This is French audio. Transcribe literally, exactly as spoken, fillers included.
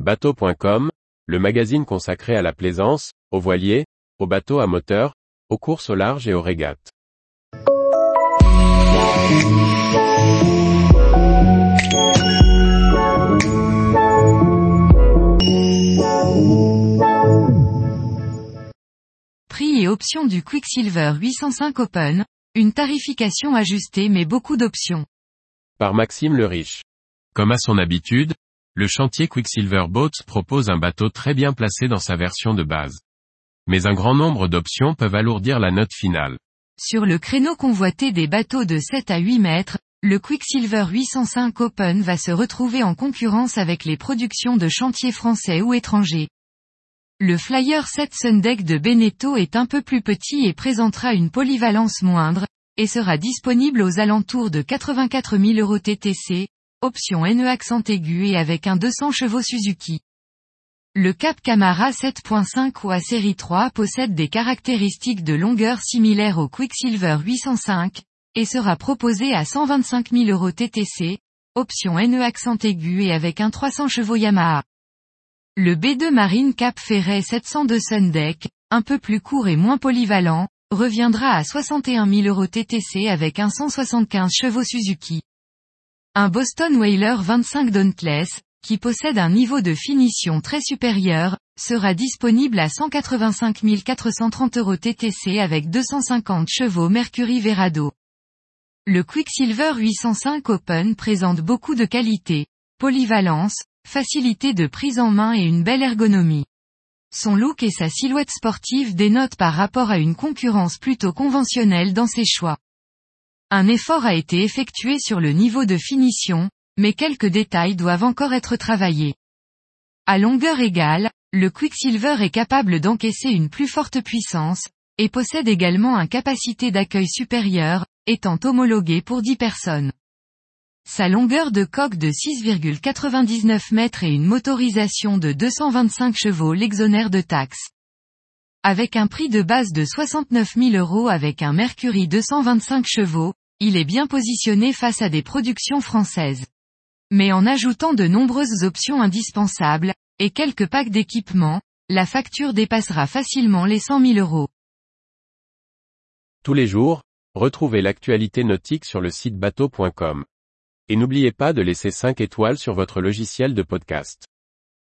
Bateau point com, le magazine consacré à la plaisance, aux voiliers, aux bateaux à moteur, aux courses au large et aux régates. Prix et options du Quicksilver huit cent cinq Open, une tarification ajustée mais beaucoup d'options. Par Maxime le Riche. Comme à son habitude, le chantier Quicksilver Boats propose un bateau très bien placé dans sa version de base. Mais un grand nombre d'options peuvent alourdir la note finale. Sur le créneau convoité des bateaux de sept à huit mètres, le Quicksilver huit cent cinq Open va se retrouver en concurrence avec les productions de chantiers français ou étrangers. Le Flyer sept Sundeck de Beneteau est un peu plus petit et présentera une polyvalence moindre, et sera disponible aux alentours de quatre-vingt-quatre mille euros T T C, option N E accent aigu et avec un deux cents chevaux Suzuki. Le Cap Camara sept point cinq ou A série trois possède des caractéristiques de longueur similaires au Quicksilver huit cent cinq, et sera proposé à cent vingt-cinq mille euros T T C, option N E accent aigu et avec un trois cents chevaux Yamaha. Le B deux Marine Cap Ferret sept cent deux Sundeck, un peu plus court et moins polyvalent, reviendra à soixante et un mille euros T T C avec un cent soixante-quinze chevaux Suzuki. Un Boston Whaler vingt-cinq Dauntless, qui possède un niveau de finition très supérieur, sera disponible à cent quatre-vingt-cinq mille quatre cent trente euros T T C avec deux cent cinquante chevaux Mercury Verado. Le Quicksilver huit cent cinq Open présente beaucoup de qualités, polyvalence, facilité de prise en main et une belle ergonomie. Son look et sa silhouette sportive dénotent par rapport à une concurrence plutôt conventionnelle dans ses choix. Un effort a été effectué sur le niveau de finition, mais quelques détails doivent encore être travaillés. À longueur égale, le Quicksilver est capable d'encaisser une plus forte puissance, et possède également une capacité d'accueil supérieure, étant homologué pour dix personnes. Sa longueur de coque de six virgule quatre-vingt-dix-neuf mètres et une motorisation de deux cent vingt-cinq chevaux l'exonère de taxes. Avec un prix de base de soixante-neuf mille euros avec un Mercury deux cent vingt-cinq chevaux, il est bien positionné face à des productions françaises. Mais en ajoutant de nombreuses options indispensables, et quelques packs d'équipement, la facture dépassera facilement les cent mille euros. Tous les jours, retrouvez l'actualité nautique sur le site bateau point com. Et n'oubliez pas de laisser cinq étoiles sur votre logiciel de podcast.